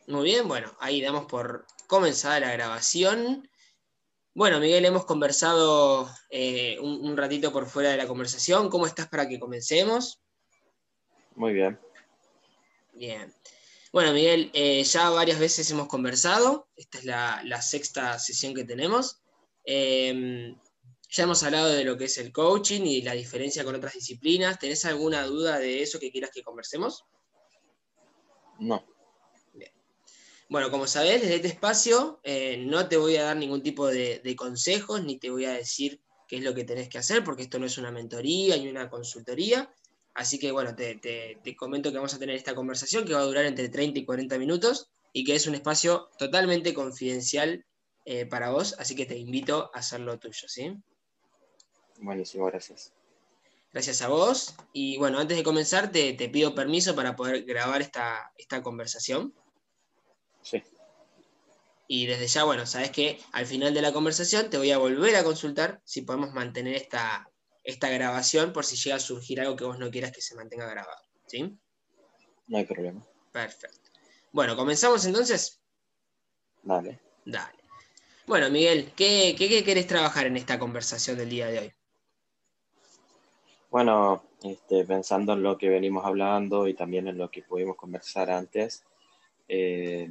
Muy bien, bueno, ahí damos por comenzada la grabación. Bueno, Miguel, hemos conversado un ratito por fuera de la conversación. ¿Cómo estás para que comencemos? Muy bien. Bien. Bueno, Miguel, ya varias veces hemos conversado. Esta es la sexta sesión que tenemos. Ya hemos hablado de lo que es el coaching y la diferencia con otras disciplinas. ¿Tenés alguna duda de eso que quieras que conversemos? No. Bien. Bueno, como sabés, desde este espacio no te voy a dar ningún tipo de consejos, ni te voy a decir qué es lo que tenés que hacer, porque esto no es una mentoría ni una consultoría. Así que bueno, te comento que vamos a tener esta conversación que va a durar entre 30 y 40 minutos y que es un espacio totalmente confidencial para vos, así que te invito a hacerlo tuyo, ¿sí? Buenísimo, gracias. Gracias a vos. Y bueno, antes de comenzar, te pido permiso para poder grabar esta conversación. Sí, Y desde ya, bueno, sabes que al final de la conversación te voy a volver a consultar si podemos mantener esta grabación por si llega a surgir algo que vos no quieras que se mantenga grabado. ¿Sí? no hay problema. Perfecto. Bueno, ¿comenzamos entonces? Dale. Dale. Bueno, Miguel, ¿qué querés trabajar en esta conversación del día de hoy? Bueno, pensando en lo que venimos hablando y también en lo que pudimos conversar antes, eh,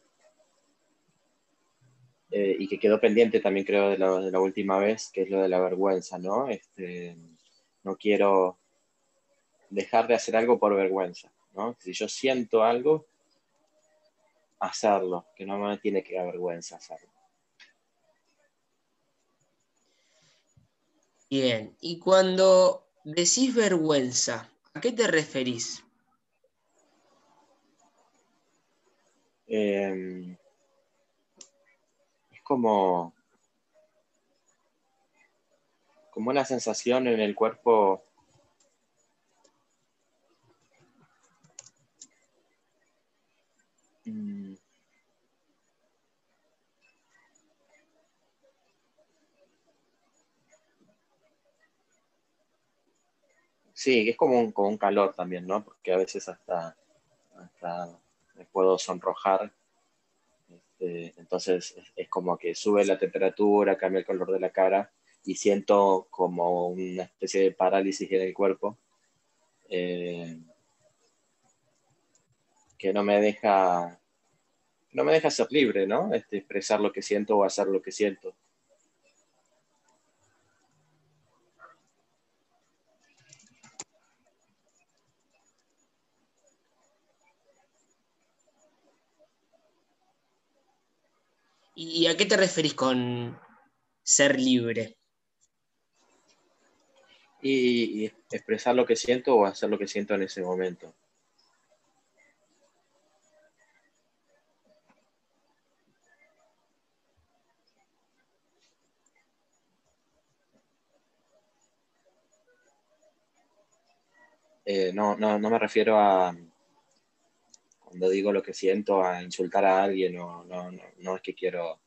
y que quedó pendiente también creo de la última vez, que es lo de la vergüenza, ¿no? No quiero dejar de hacer algo por vergüenza, ¿no? Si yo siento algo, hacerlo, que no me tiene que dar vergüenza hacerlo. Bien, y cuando decís vergüenza, ¿a qué te referís? Es como una sensación en el cuerpo. mm, Sí, es como un calor también, ¿no? Porque a veces hasta me puedo sonrojar. Entonces es como que sube la temperatura, cambia el color de la cara y siento como una especie de parálisis en el cuerpo, eh, que no me deja ser libre, ¿no? Expresar lo que siento o hacer lo que siento. ¿Y a qué te referís con ser libre? Y expresar lo que siento o hacer lo que siento en ese momento. No me refiero a, cuando digo lo que siento, a insultar a alguien, no es que quiero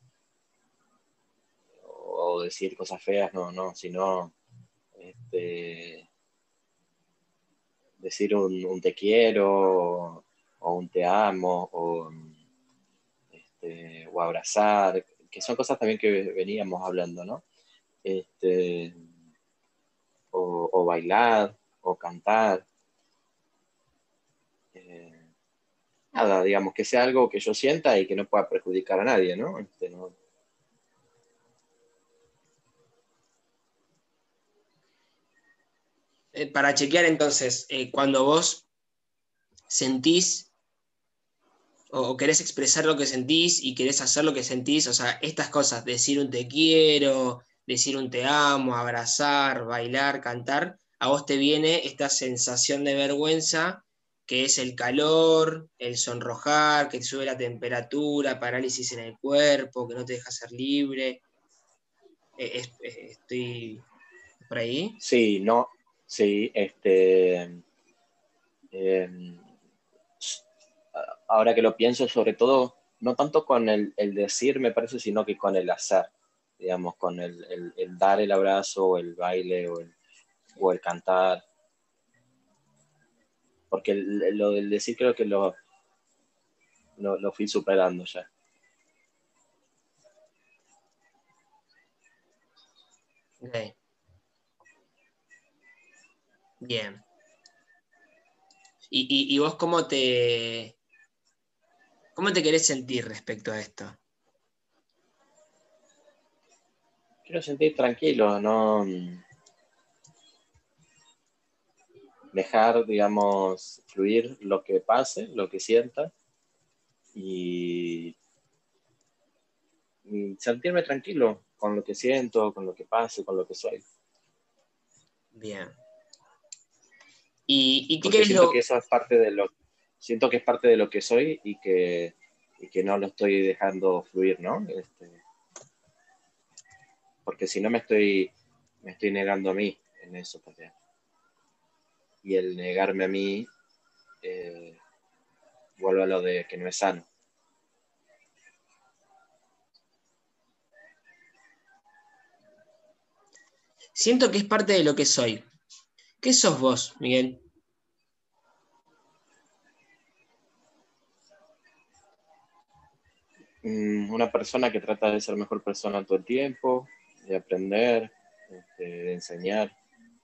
o decir cosas feas, sino decir un te quiero o un te amo o abrazar, que son cosas también que veníamos hablando, ¿no? Este, o bailar o cantar. Eh, Nada, digamos, que sea algo que yo sienta y que no pueda perjudicar a nadie, ¿no? No. Para chequear entonces, cuando vos sentís o querés expresar lo que sentís y querés hacer lo que sentís, o sea, estas cosas, decir un te quiero, decir un te amo, abrazar, bailar, cantar, a vos te viene esta sensación de vergüenza, que es el calor, el sonrojar, que te sube la temperatura, parálisis en el cuerpo, que no te deja ser libre. Estoy por ahí. Sí, no, sí, eh, ahora que lo pienso, sobre todo, no tanto con el decir, me parece, sino que con el hacer, digamos, con el dar el abrazo o el baile o el cantar, porque lo del decir creo que lo fui superando ya. Ok. Bien. ¿Y vos cómo te querés sentir respecto a esto? Quiero sentir tranquilo, no dejar, digamos, fluir lo que pase, lo que sienta y, y sentirme tranquilo con lo que siento, con lo que pase, con lo que soy. Bien. ¿Y qué Porque querés siento que lo... eso es parte de siento que es parte de lo que soy y que no lo estoy dejando fluir, ¿no? Porque si no me estoy negando a mí en eso también. Y el negarme a mí, eh, vuelvo a lo de que no es sano. Siento que es parte de lo que soy. ¿Qué sos vos, Miguel? Una persona que trata de ser mejor persona todo el tiempo, de aprender, de enseñar.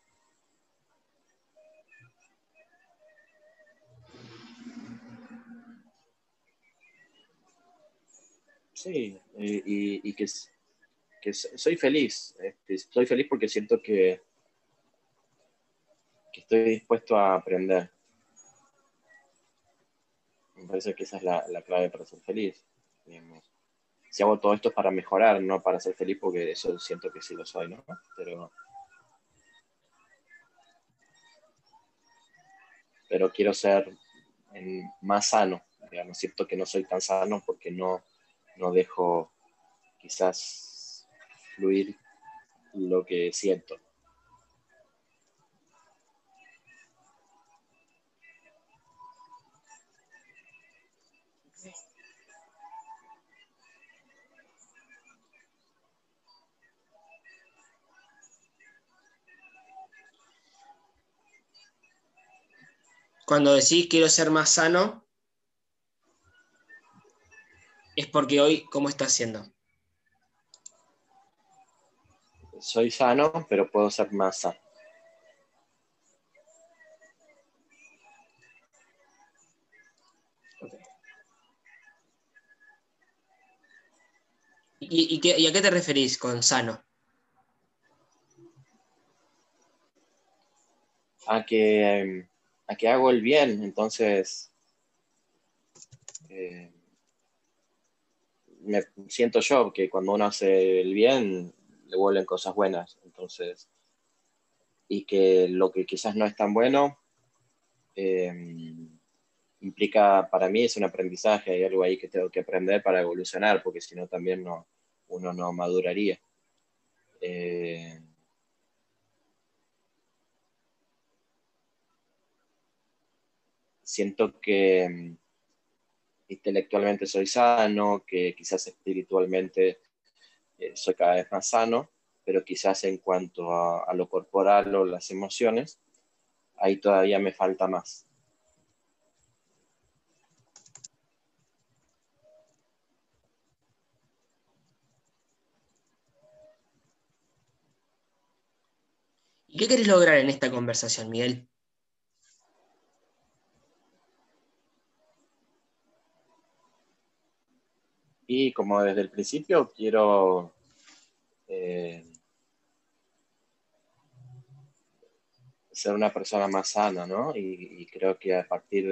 Sí, y que soy feliz. Soy feliz porque siento que estoy dispuesto a aprender. Me parece que esa es la clave para ser feliz. Digamos. Si hago todo esto es para mejorar, no para ser feliz, porque eso siento que sí lo soy, ¿no? Pero quiero ser más sano. Digamos, siento que no soy tan sano porque no dejo quizás fluir lo que siento. Cuando decís quiero ser más sano, es porque hoy, ¿cómo estás siendo? Soy sano, pero puedo ser más sano. Okay. ¿Y a qué te referís con sano? A que, a que hago el bien, entonces eh, me siento yo que cuando uno hace el bien le vuelven cosas buenas, entonces, y que lo que quizás no es tan bueno eh, implica, para mí es un aprendizaje, hay algo ahí que tengo que aprender para evolucionar, porque si no también uno no maduraría. Eh, Siento que intelectualmente soy sano, que quizás espiritualmente soy cada vez más sano, pero quizás en cuanto a lo corporal o las emociones, ahí todavía me falta más. ¿Y qué querés lograr en esta conversación, Miguel? Y como desde el principio quiero eh, ser una persona más sana, ¿no? Y creo que a partir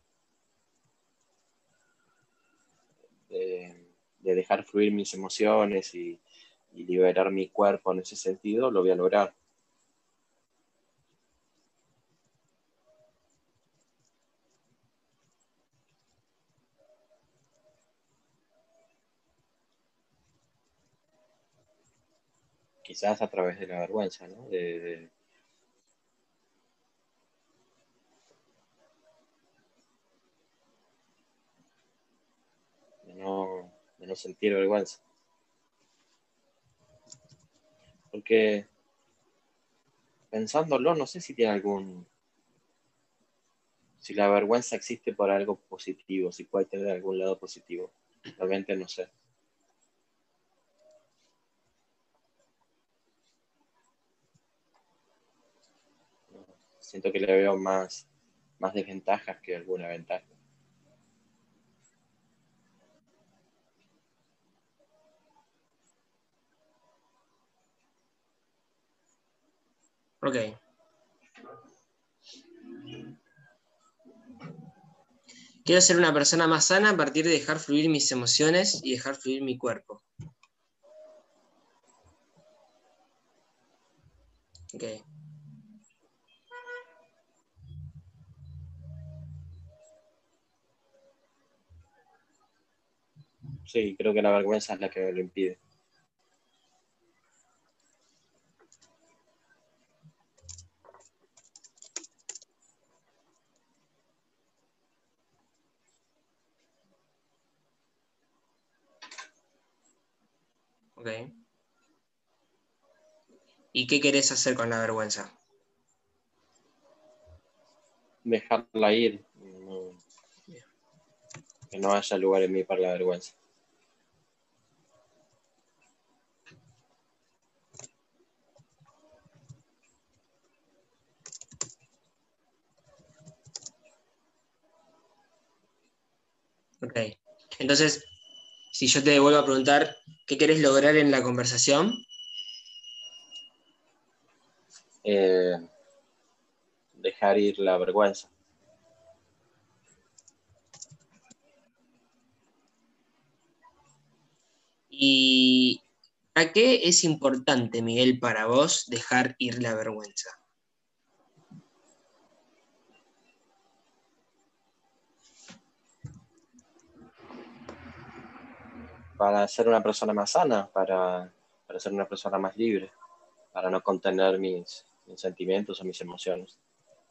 de dejar fluir mis emociones y liberar mi cuerpo en ese sentido, lo voy a lograr. Quizás a través de la vergüenza, ¿no? De no sentir vergüenza. Porque pensándolo, no sé si tiene si la vergüenza existe por algo positivo, si puede tener algún lado positivo. Realmente no sé. Siento que le veo más desventajas que alguna ventaja. Ok. Quiero ser una persona más sana a partir de dejar fluir mis emociones y dejar fluir mi cuerpo. Ok. Sí, creo que la vergüenza es la que me lo impide. Ok. ¿Y qué querés hacer con la vergüenza? Dejarla ir, que no haya lugar en mí para la vergüenza. Ok. Entonces, si yo te vuelvo a preguntar, ¿qué querés lograr en la conversación? Eh, Dejar ir la vergüenza. ¿Y a qué es importante, Miguel, para vos dejar ir la vergüenza? Para ser una persona más sana, para ser una persona más libre, para no contener mis sentimientos o mis emociones.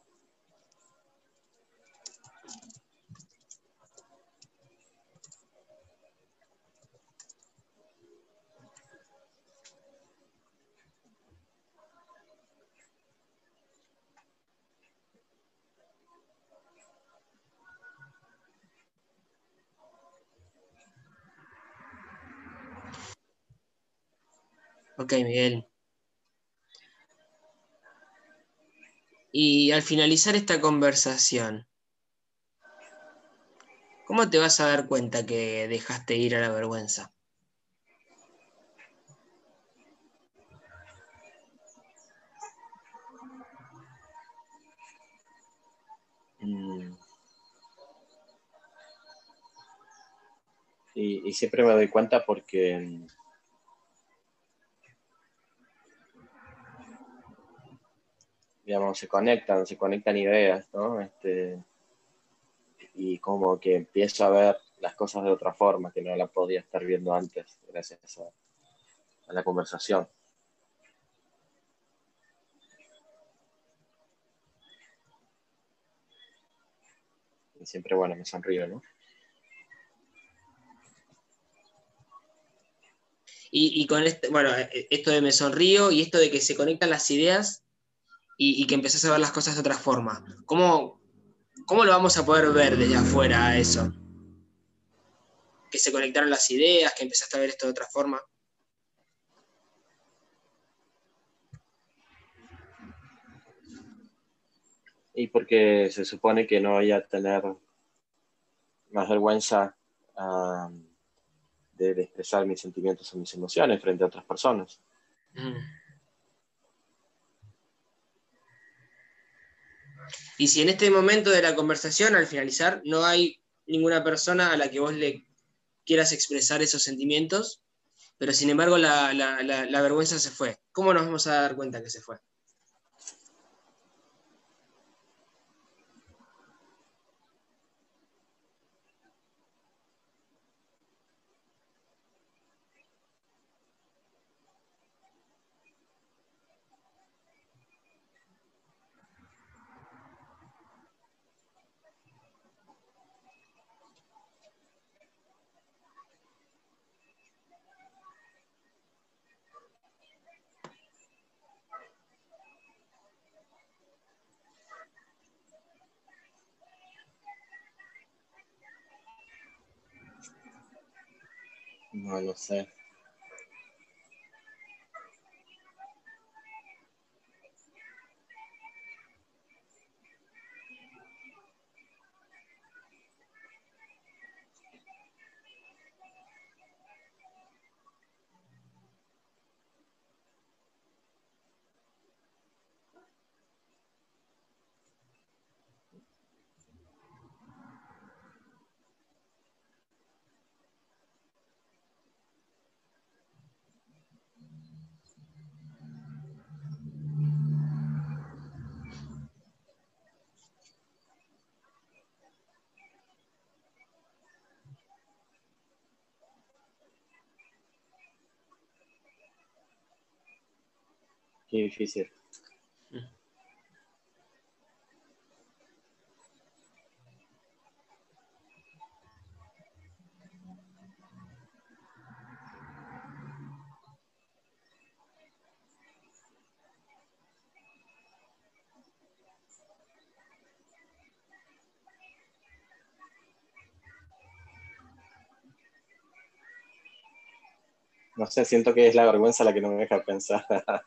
Ok, Miguel. Y al finalizar esta conversación, ¿cómo te vas a dar cuenta que dejaste ir a la vergüenza? Mm. Y siempre me doy cuenta porque, digamos, se conectan ideas, ¿no? Y como que empiezo a ver las cosas de otra forma que no la podía estar viendo antes, gracias a la conversación. Y siempre, bueno, me sonrío, ¿no? Y con bueno, esto de me sonrío y esto de que se conectan las ideas y que empezás a ver las cosas de otra forma. ¿Cómo lo vamos a poder ver desde afuera a eso? Que se conectaron las ideas, que empezaste a ver esto de otra forma. Y porque se supone que no voy a tener más vergüenza de expresar mis sentimientos o mis emociones frente a otras personas. Mm. Y si en este momento de la conversación, al finalizar, no hay ninguna persona a la que vos le quieras expresar esos sentimientos, pero sin embargo la vergüenza se fue, ¿cómo nos vamos a dar cuenta que se fue? No lo sé. Qué difícil. No sé, siento que es la vergüenza la que no me deja pensar.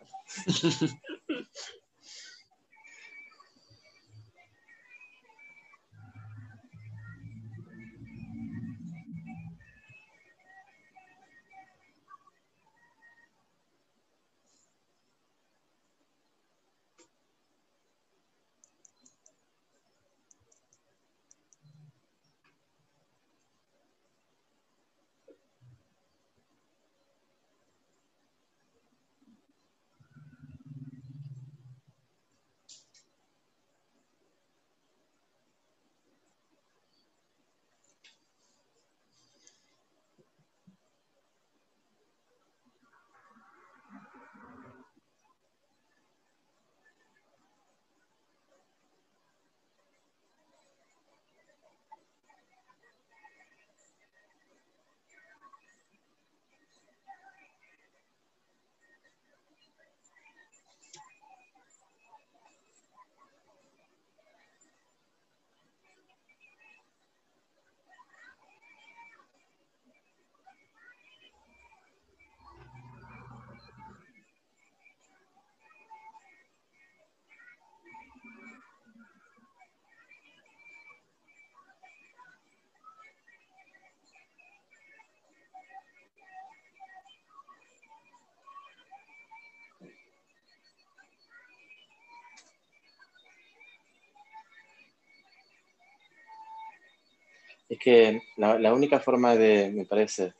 Es que la única forma de, me parece,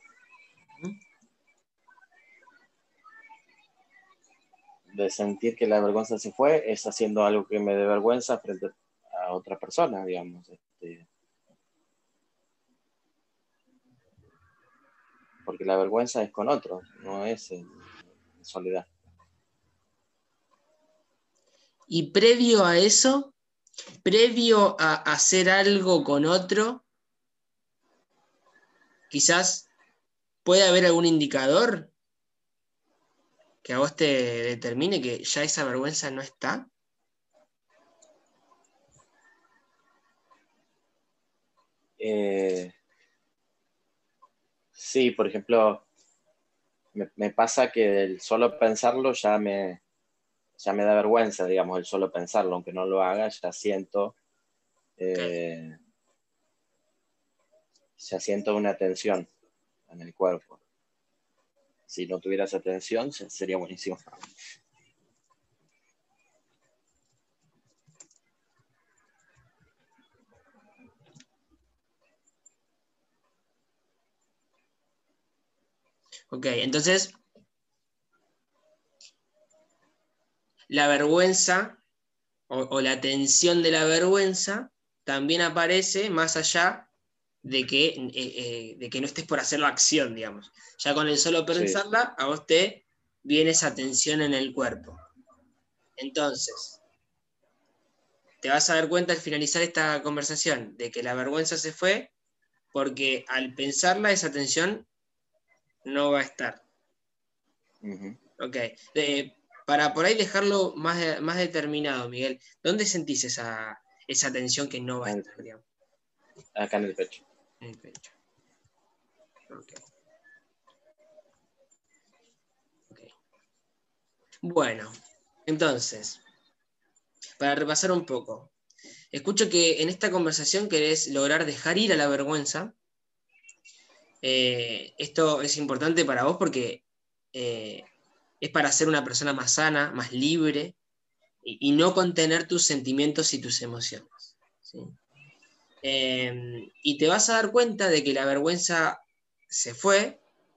de sentir que la vergüenza se fue es haciendo algo que me dé vergüenza frente a otra persona, digamos. Porque la vergüenza es con otro, no es en soledad. Y previo a eso, previo a hacer algo con otro, quizás puede haber algún indicador que a vos te determine que ya esa vergüenza no está. Sí, por ejemplo, me pasa que el solo pensarlo ya me da vergüenza, digamos, el solo pensarlo, aunque no lo haga, Okay. ya siento una tensión en el cuerpo. Si no tuviera esa tensión, sería buenísimo. Ok, entonces la vergüenza o la tensión de la vergüenza también aparece más allá de que no estés por hacer la acción, digamos. Ya con el solo Sí, pensarla, a vos te viene esa tensión en el cuerpo. Entonces, te vas a dar cuenta al finalizar esta conversación de que la vergüenza se fue porque al pensarla esa tensión no va a estar. uh-huh. Ok. Para por ahí dejarlo más determinado, Miguel, ¿dónde sentís esa tensión que no va a estar, digamos? Acá en el pecho. En el pecho. Ok. Bueno, entonces, para repasar un poco, escucho que en esta conversación querés lograr dejar ir a la vergüenza. Esto es importante para vos porque eh, es para ser una persona más sana, más libre y no contener tus sentimientos y tus emociones. ¿Sí? Y te vas a dar cuenta de que la vergüenza se fue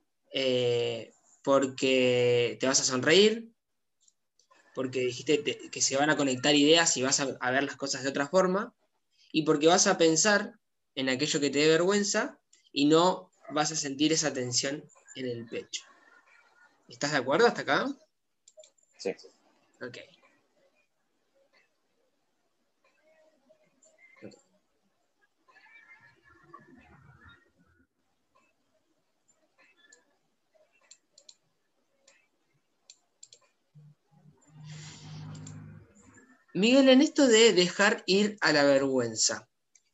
porque te vas a sonreír, porque dijiste que se van a conectar ideas y vas a ver las cosas de otra forma, y porque vas a pensar en aquello que te dé vergüenza y no vas a sentir esa tensión en el pecho. ¿Estás de acuerdo hasta acá? Sí. Ok. Miguel, en esto de dejar ir a la vergüenza,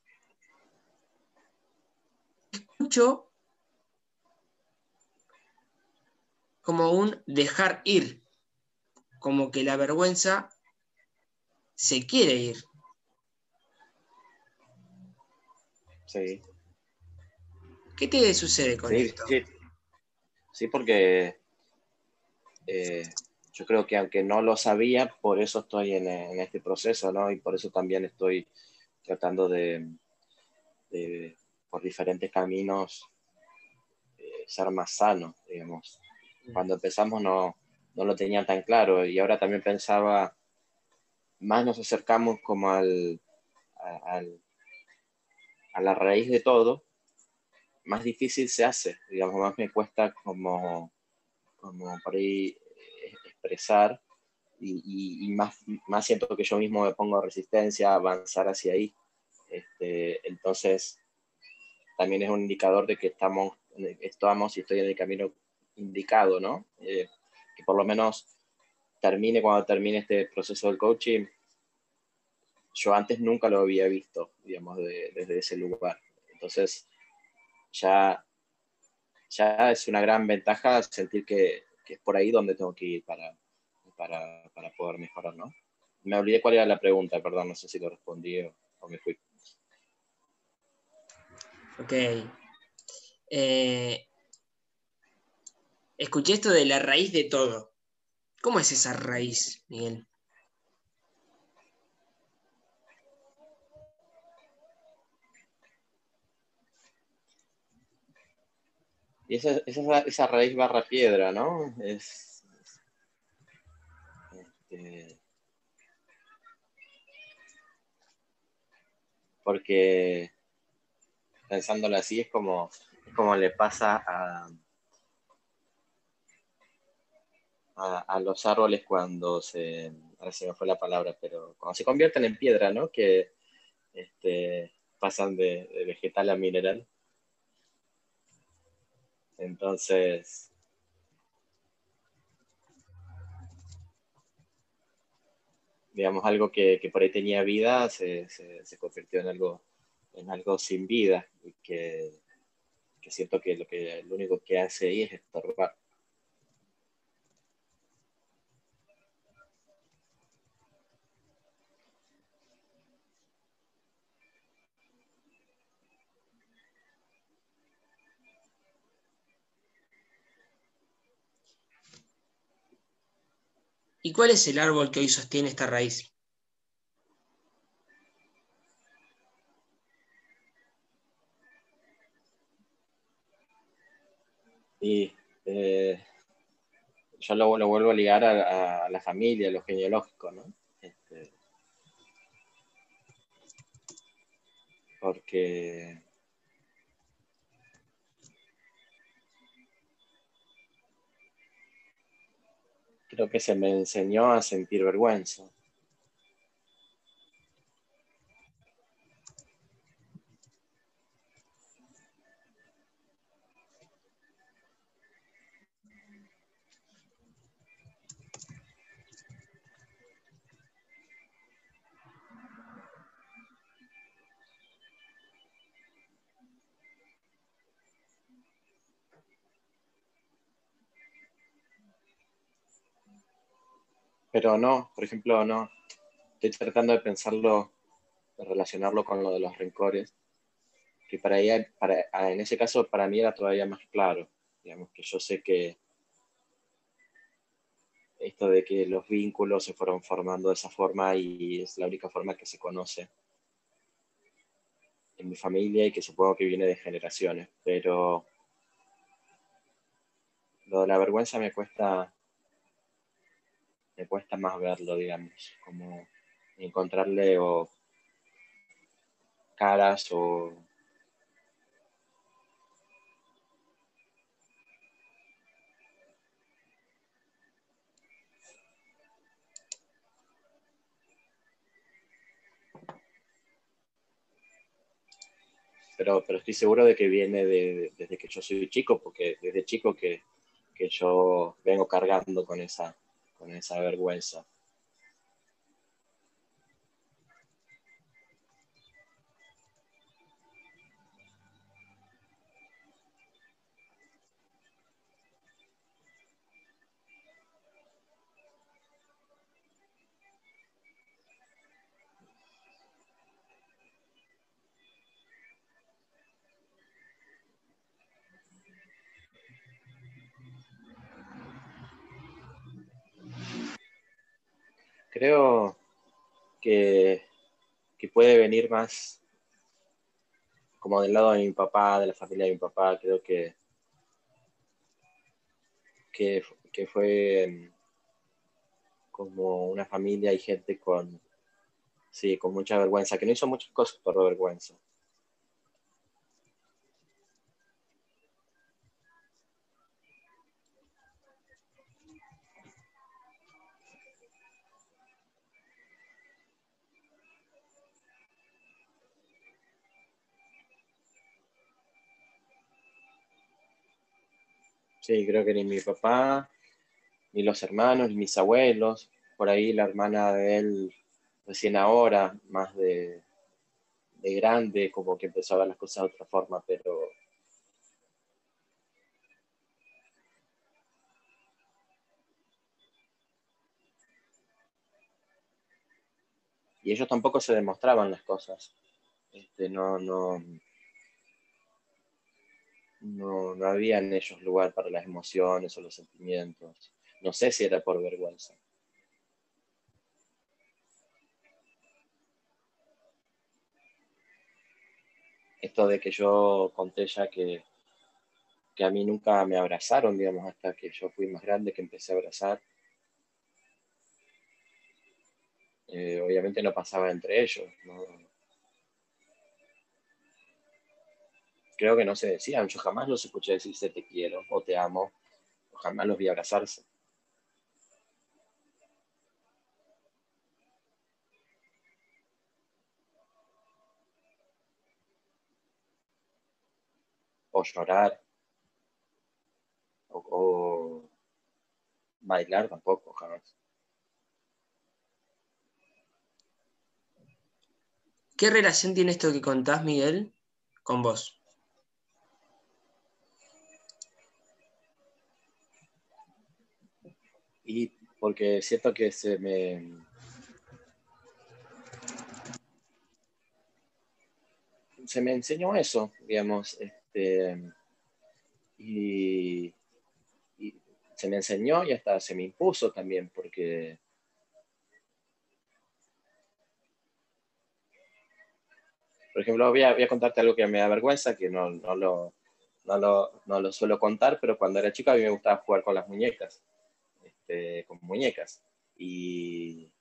escucho como un dejar ir, como que la vergüenza se quiere ir. Sí, ¿Qué te sucede con sí, esto? sí, sí, porque yo creo que aunque no lo sabía, por eso estoy en este proceso, ¿no? Y por eso también estoy tratando de por diferentes caminos, ser más sano, digamos. Cuando empezamos no lo tenía tan claro y ahora también pensaba, más nos acercamos como al, a la raíz de todo, más difícil se hace, digamos, más me cuesta como por ahí expresar y más siento que yo mismo me pongo resistencia a avanzar hacia ahí. Entonces, también es un indicador de que estamos y estoy en el camino indicado, ¿no? Que por lo menos cuando termine este proceso del coaching, yo antes nunca lo había visto, digamos, desde ese lugar. Entonces, ya, ya es una gran ventaja sentir que es por ahí donde tengo que ir para poder mejorar, ¿no? Me olvidé cuál era la pregunta, perdón, no sé si lo respondí o me fui. Ok. Eh, Escuché esto de la raíz de todo. ¿Cómo es esa raíz, Miguel? Y esa raíz barra piedra, ¿no? Este, porque pensándolo así es como le pasa a los árboles ahora se me fue la palabra, pero cuando se convierten en piedra, ¿no? Que pasan de vegetal a mineral. Entonces, digamos, algo que por ahí tenía vida se convirtió en algo sin vida y que siento que lo único que hace ahí es estorbar. ¿Y cuál es el árbol que hoy sostiene esta raíz? Y yo lo vuelvo a ligar a la familia, a lo genealógico, ¿no? Porque creo que se me enseñó a sentir vergüenza. Pero no, por ejemplo, no. Estoy tratando de pensarlo, de relacionarlo con lo de los rencores, que para ella, en ese caso para mí era todavía más claro. Digamos que yo sé que esto de que los vínculos se fueron formando de esa forma y es la única forma que se conoce en mi familia y que supongo que viene de generaciones, pero lo de la vergüenza me cuesta más verlo, digamos, como encontrarle o caras o... pero estoy seguro de que viene desde que yo soy chico, porque desde chico que yo vengo cargando con esa vergüenza. Creo que, que puede venir más como del lado de mi papá, de la familia de mi papá, creo que, que fue como una familia y gente con, sí, con mucha vergüenza, que no hizo muchas cosas por vergüenza. Sí, creo que ni mi papá, ni los hermanos, ni mis abuelos, por ahí la hermana de él recién ahora, más de grande, como que empezó a ver las cosas de otra forma, pero y ellos tampoco se demostraban las cosas. No había en ellos lugar para las emociones o los sentimientos. No sé si era por vergüenza. Esto de que yo conté ya que a mí nunca me abrazaron, digamos, hasta que yo fui más grande, que empecé a abrazar. Obviamente no pasaba entre ellos. ¿No? Creo que no se decían. Yo jamás los escuché decirse te quiero o te amo. O jamás los vi abrazarse. O llorar. O bailar tampoco, jamás. ¿Qué relación tiene esto que contás, Miguel, con vos? Y porque siento que se me enseñó eso, digamos, y, y se me enseñó y hasta se me impuso también, porque, por ejemplo, voy a contarte algo que me da vergüenza, que no lo suelo contar, pero cuando era chico a mí me gustaba jugar con las muñecas, con muñecas, y,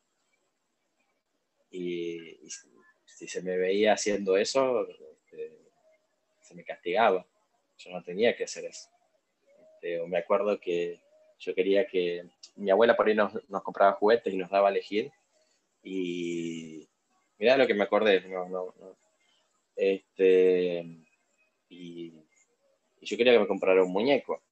y si se me veía haciendo eso, se me castigaba, yo no tenía que hacer eso. Me acuerdo que yo quería que mi abuela por ahí nos compraba juguetes y nos daba a elegir. Y mirá lo que me acordé. No. Este, y, y yo quería que me comprara un muñeco.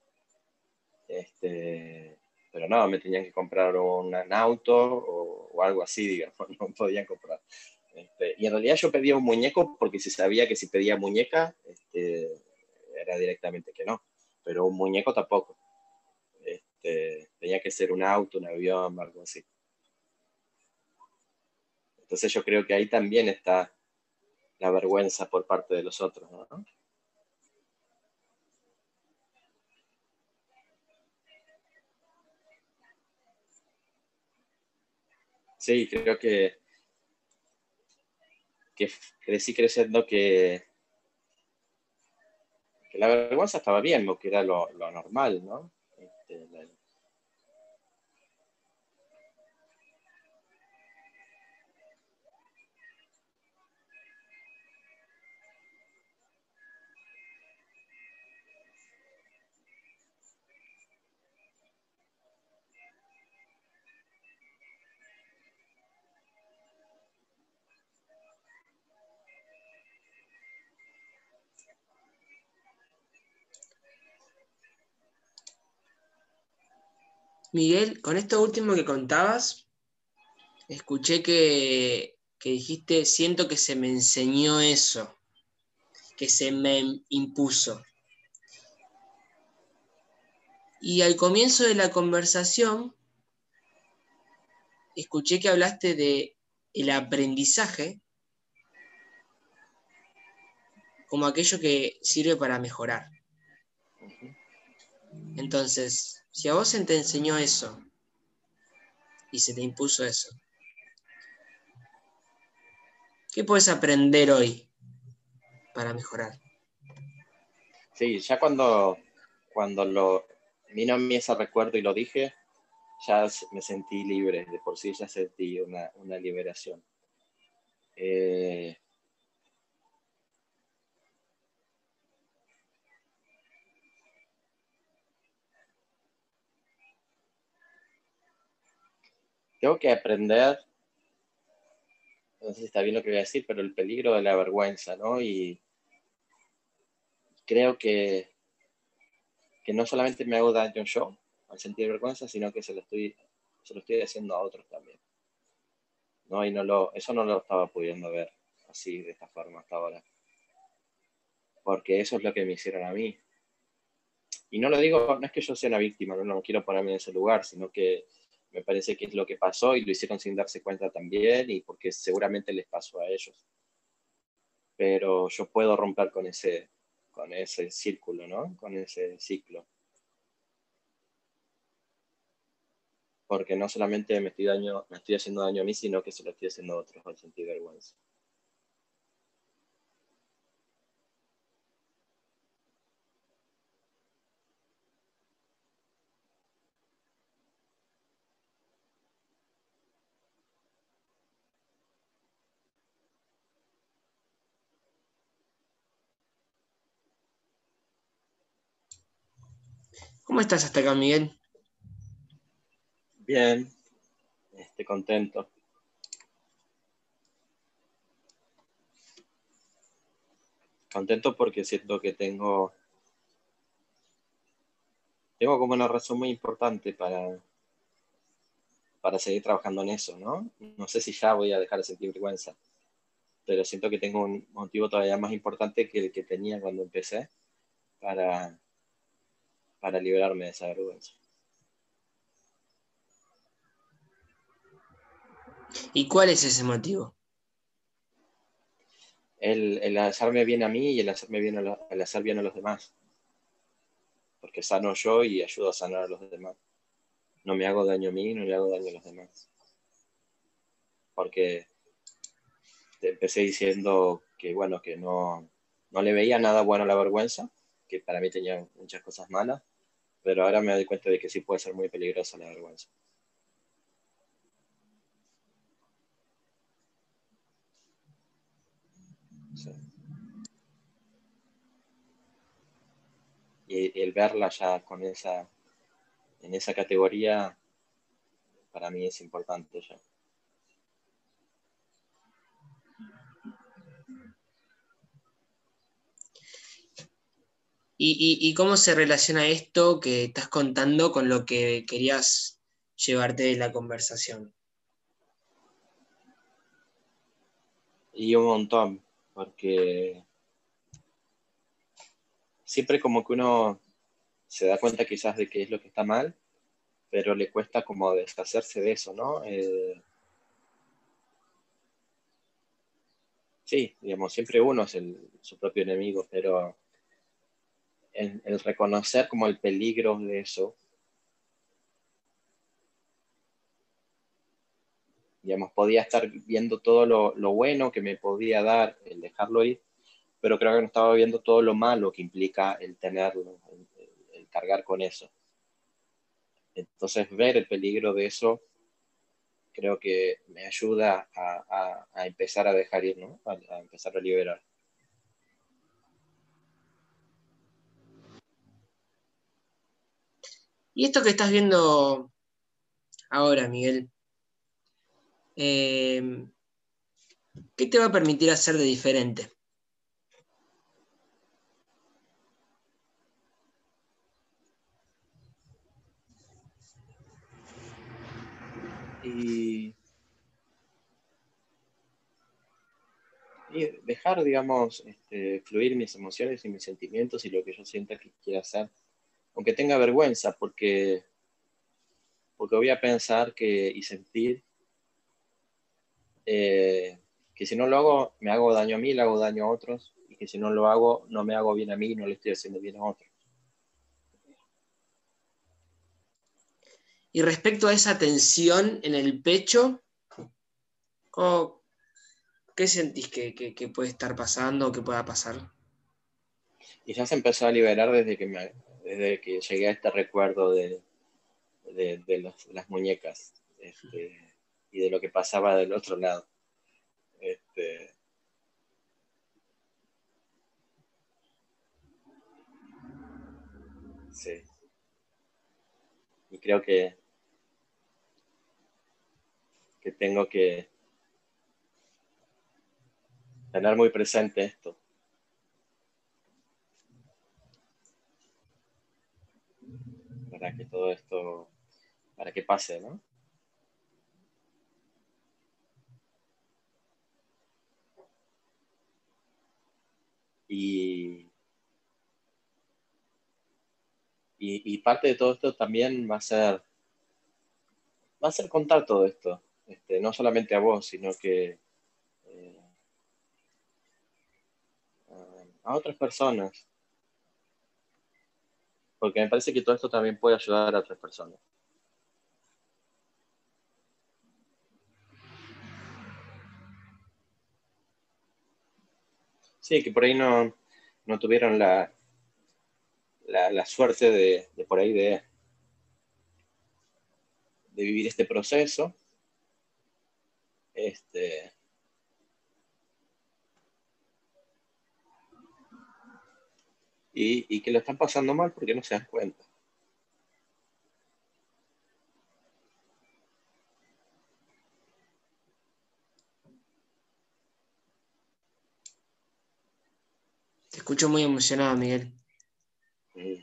Pero no, me tenían que comprar un auto o algo así, digamos, no podían comprar. Y en realidad yo pedía un muñeco porque se sabía que si pedía muñeca, era directamente que no, pero un muñeco tampoco. Este, tenía que ser un auto, un avión, algo así. Entonces yo creo que ahí también está la vergüenza por parte de los otros, ¿no? Sí, creo que crecí creyendo que la vergüenza estaba bien, o que era lo normal, ¿no? Miguel, con esto último que contabas, escuché que dijiste, siento que se me enseñó eso, que se me impuso. Y al comienzo de la conversación, escuché que hablaste de el aprendizaje como aquello que sirve para mejorar. Entonces, si a vos se te enseñó eso y se te impuso eso, ¿qué puedes aprender hoy para mejorar? Sí, ya cuando vino a mí ese recuerdo y lo dije, ya me sentí libre, de por sí ya sentí una liberación. Tengo que aprender, no sé si está bien lo que voy a decir, pero el peligro de la vergüenza, ¿no? Y creo que no solamente me hago daño yo al sentir vergüenza, sino que se lo estoy haciendo a otros también, ¿no? Y eso no lo estaba pudiendo ver así, de esta forma hasta ahora, porque eso es lo que me hicieron a mí. Y no lo digo, no es que yo sea una víctima, no quiero ponerme en ese lugar, sino que me parece que es lo que pasó y lo hicieron sin darse cuenta también y porque seguramente les pasó a ellos. Pero yo puedo romper con ese círculo, ¿no? Con ese ciclo. Porque no solamente me estoy haciendo daño a mí, sino que se lo estoy haciendo a otros al sentir vergüenza. ¿Cómo estás hasta acá, Miguel? Bien, contento. Contento porque siento que tengo como una razón muy importante para seguir trabajando en eso, ¿no? No sé si ya voy a dejar de sentir vergüenza, pero siento que tengo un motivo todavía más importante que el que tenía cuando empecé para, para liberarme de esa vergüenza. ¿Y cuál es ese motivo? El hacerme bien a mí y el hacer bien a los demás, porque sano yo y ayudo a sanar a los demás. No me hago daño a mí, no le hago daño a los demás. Porque te empecé diciendo que, bueno, que no le veía nada bueno a la vergüenza, que para mí tenía muchas cosas malas, pero ahora me doy cuenta de que sí puede ser muy peligrosa la vergüenza. Sí. Y el verla ya en esa categoría, para mí es importante ya. ¿Y cómo se relaciona esto que estás contando con lo que querías llevarte de la conversación? Y un montón, porque siempre como que uno se da cuenta quizás de qué es lo que está mal pero le cuesta como deshacerse de eso, ¿no? Sí, digamos, siempre uno es su propio enemigo, pero el reconocer como el peligro de eso, digamos, podía estar viendo todo lo bueno que me podía dar el dejarlo ir, pero creo que no estaba viendo todo lo malo que implica el tenerlo, el cargar con eso. Entonces, ver el peligro de eso creo que me ayuda a empezar a dejar ir, ¿no? A empezar a liberar. Y esto que estás viendo ahora, Miguel, ¿qué te va a permitir hacer de diferente? Y, y dejar, digamos, fluir mis emociones y mis sentimientos y lo que yo sienta que quiera hacer, aunque tenga vergüenza, porque voy a pensar y sentir que si no lo hago, me hago daño a mí, le hago daño a otros, y que si no lo hago, no me hago bien a mí, no le estoy haciendo bien a otros. Y respecto a esa tensión en el pecho, ¿qué sentís que puede estar pasando o que pueda pasar? Y ya se empezó a liberar desde que llegué a este recuerdo las muñecas, y de lo que pasaba del otro lado. Este, sí. Y creo que tengo que tener muy presente esto para que todo esto, para que pase, ¿no? Y, y parte de todo esto también va a ser contar todo esto, no solamente a vos, sino que eh, a otras personas, porque me parece que todo esto también puede ayudar a otras personas. Sí, que por ahí no tuvieron la suerte de por ahí de vivir este proceso, este, y que lo están pasando mal porque no se dan cuenta. Te escucho muy emocionado, Miguel. Mm.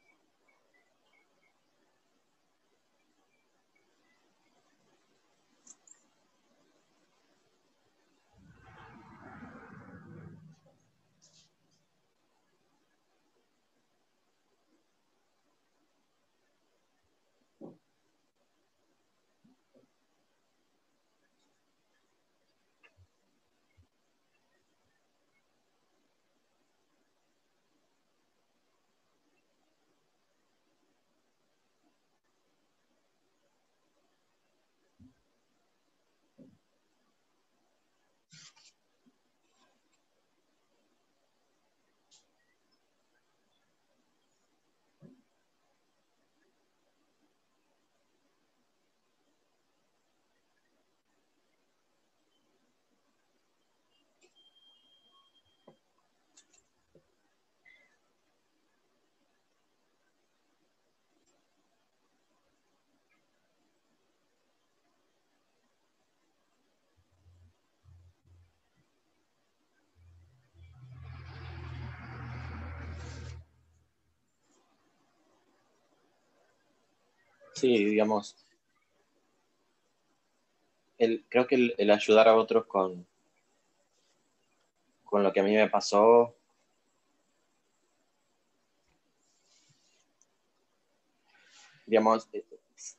Sí, digamos, creo que el ayudar a otros con lo que a mí me pasó, digamos,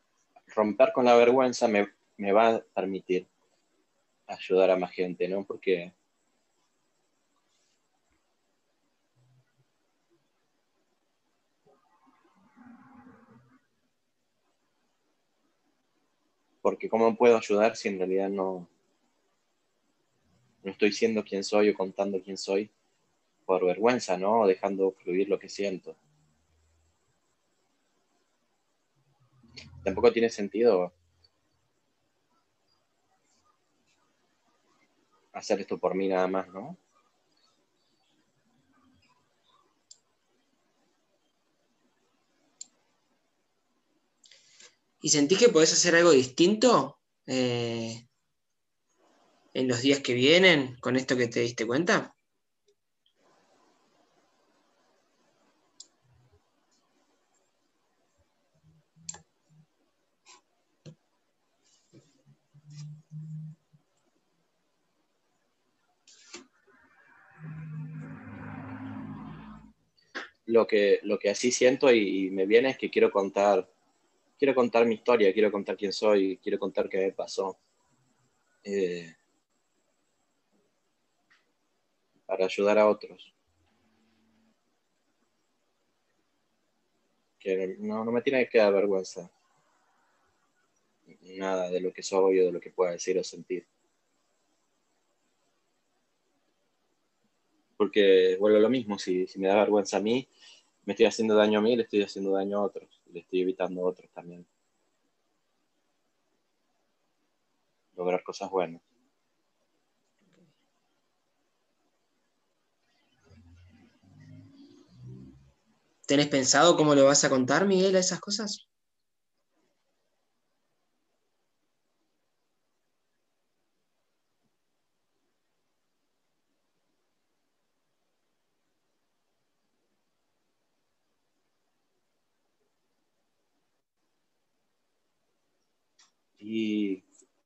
romper con la vergüenza me va a permitir ayudar a más gente, ¿no? Porque ¿cómo puedo ayudar si en realidad no estoy siendo quien soy o contando quién soy por vergüenza, ¿no? O dejando fluir lo que siento. Tampoco tiene sentido hacer esto por mí nada más, ¿no? ¿Y sentís que podés hacer algo distinto en los días que vienen con esto que te diste cuenta? Lo que así siento y me viene es que quiero contar mi historia, quiero contar quién soy, quiero contar qué me pasó. Para ayudar a otros. Que no me tiene que dar vergüenza nada de lo que soy o de lo que pueda decir o sentir. Porque vuelvo a lo mismo, si me da vergüenza a mí, me estoy haciendo daño a mí, le estoy haciendo daño a otros, le estoy evitando a otros también. Lograr cosas buenas. ¿Tenés pensado cómo lo vas a contar, Miguel, a esas cosas? Y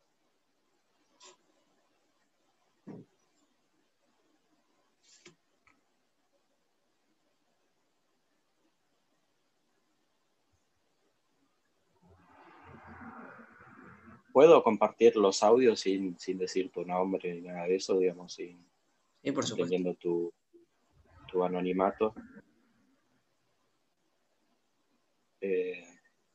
puedo compartir los audios sin decir tu nombre ni nada de eso, digamos, Sí, por supuesto. manteniendo tu anonimato. Eh,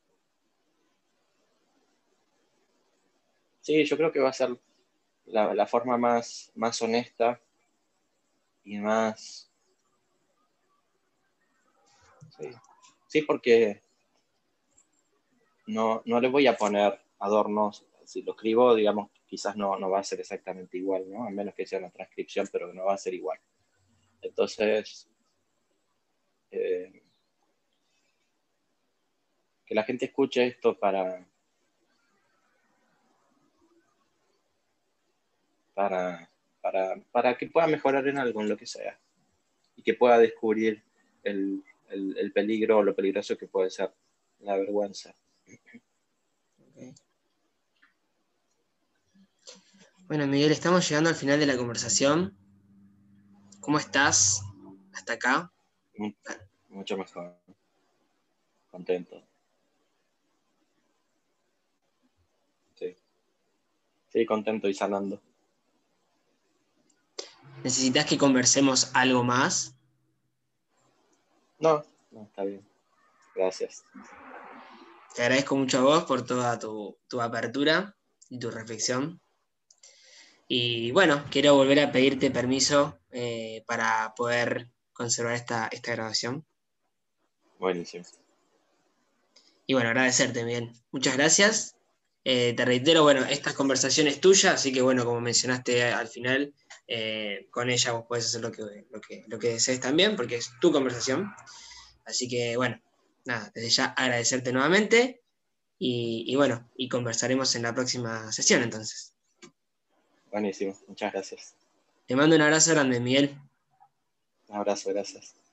sí, yo creo que va a ser la forma más honesta y más... Sí, sí, porque no le voy a poner adornos. Si lo escribo, digamos, quizás no va a ser exactamente igual, ¿no? A menos que sea una transcripción, pero no va a ser igual. Entonces, eh, que la gente escuche esto para, para que pueda mejorar en algo, en lo que sea, y que pueda descubrir el peligro o lo peligroso que puede ser la vergüenza. Okay. Bueno, Miguel, estamos llegando al final de la conversación. ¿Cómo estás hasta acá? Mucho mejor, contento. Sí, sí, contento y sanando. ¿Necesitas que conversemos algo más? No, está bien. Gracias. Te agradezco mucho a vos por toda tu apertura y tu reflexión. Y bueno, quiero volver a pedirte permiso para poder conservar esta grabación. Buenísimo. Y bueno, agradecerte, Miguel. Muchas gracias. Te reitero, bueno, esta conversación es tuya, así que bueno, como mencionaste al final, con ella vos podés hacer lo que desees también, porque es tu conversación. Así que bueno, nada, desde ya agradecerte nuevamente y bueno, y conversaremos en la próxima sesión entonces. Buenísimo. Muchas gracias. Te mando un abrazo grande, Miguel. Un abrazo, gracias.